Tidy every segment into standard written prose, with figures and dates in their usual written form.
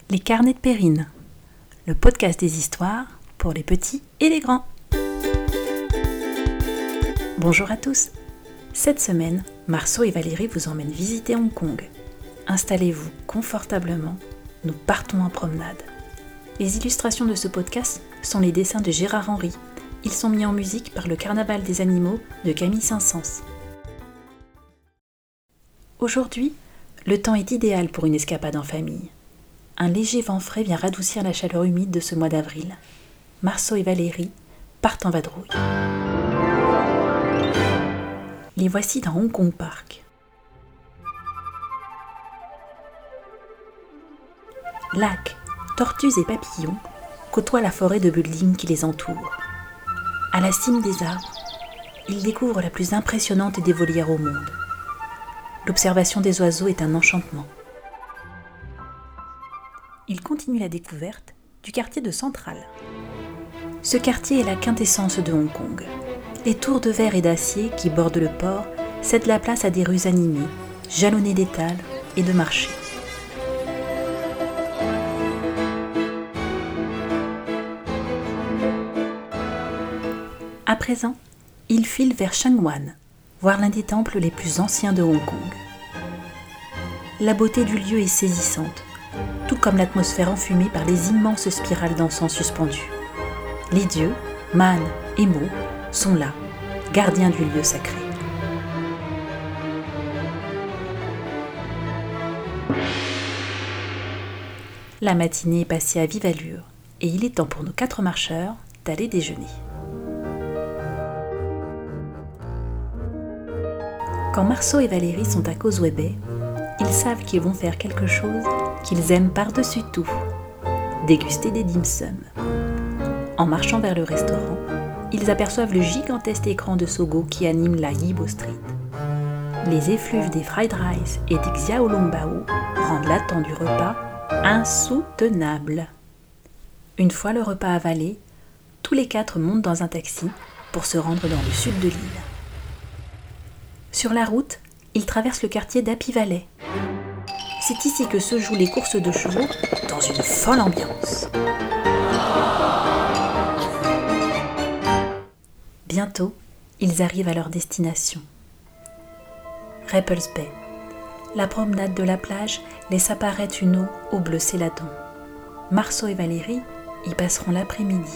Les carnets de Perrine, le podcast des histoires pour les petits et les grands. Bonjour à tous. Cette semaine, Marceau et Valérie vous emmènent visiter Hong Kong. Installez-vous confortablement, nous partons en promenade. Les illustrations de ce podcast sont les dessins de Gérard Henry. Ils sont mis en musique par le Carnaval des animaux de Camille Saint-Saëns. Aujourd'hui, le temps est idéal pour une escapade en famille. Un léger vent frais vient radoucir la chaleur humide de ce mois d'avril. Marceau et Valérie partent en vadrouille. Les voici dans Hong Kong Park. Lacs, tortues et papillons côtoient la forêt de buildings qui les entoure. À la cime des arbres, ils découvrent la plus impressionnante des volières au monde. L'observation des oiseaux est un enchantement. Ils continuent la découverte du quartier de Central. Ce quartier est la quintessence de Hong Kong. Les tours de verre et d'acier qui bordent le port cèdent la place à des rues animées, jalonnées d'étals et de marchés. À présent, ils filent vers Sheung-Wan, voir l'un des temples les plus anciens de Hong Kong. La beauté du lieu est saisissante, tout comme l'atmosphère enfumée par les immenses spirales d'encens suspendues. Les dieux, Man et Mo, sont là, gardiens du lieu sacré. La matinée est passée à vive allure et il est temps pour nos 4 marcheurs d'aller déjeuner. Quand Marceau et Valérie sont à Causeway Bay, ils savent qu'ils vont faire quelque chose qu'ils aiment par-dessus tout, déguster des dim sum. En marchant vers le restaurant, ils aperçoivent le gigantesque écran de Sogo qui anime la Yi Bo Street. Les effluves des fried rice et des xiaolongbao rendent l'attente du repas insoutenable. Une fois le repas avalé, tous les 4 montent dans un taxi pour se rendre dans le sud de l'île. Sur la route, ils traversent le quartier d'Happy Valley. C'est ici que se jouent les courses de chevaux dans une folle ambiance. Bientôt, ils arrivent à leur destination. Repulse Bay. La promenade de la plage laisse apparaître une eau au bleu céladon. Marceau et Valérie y passeront l'après-midi.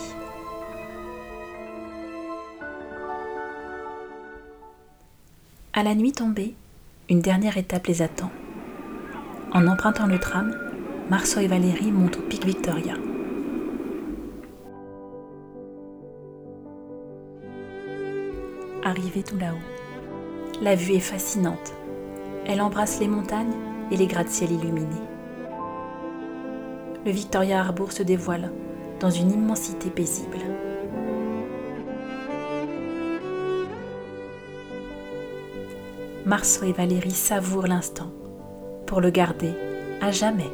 À la nuit tombée, une dernière étape les attend. En empruntant le tram, Marceau et Valérie montent au pic Victoria. Arrivés tout là-haut, la vue est fascinante. Elle embrasse les montagnes et les gratte-ciel illuminés. Le Victoria Harbour se dévoile dans une immensité paisible. Marceau et Valérie savourent l'instant pour le garder à jamais.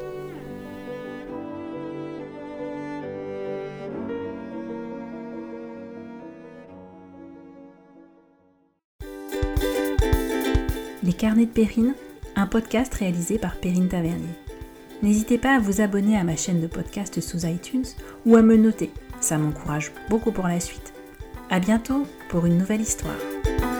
Les carnets de Perrine, un podcast réalisé par Perrine Tavernier. N'hésitez pas à vous abonner à ma chaîne de podcast sous iTunes ou à me noter, ça m'encourage beaucoup pour la suite. À bientôt pour une nouvelle histoire.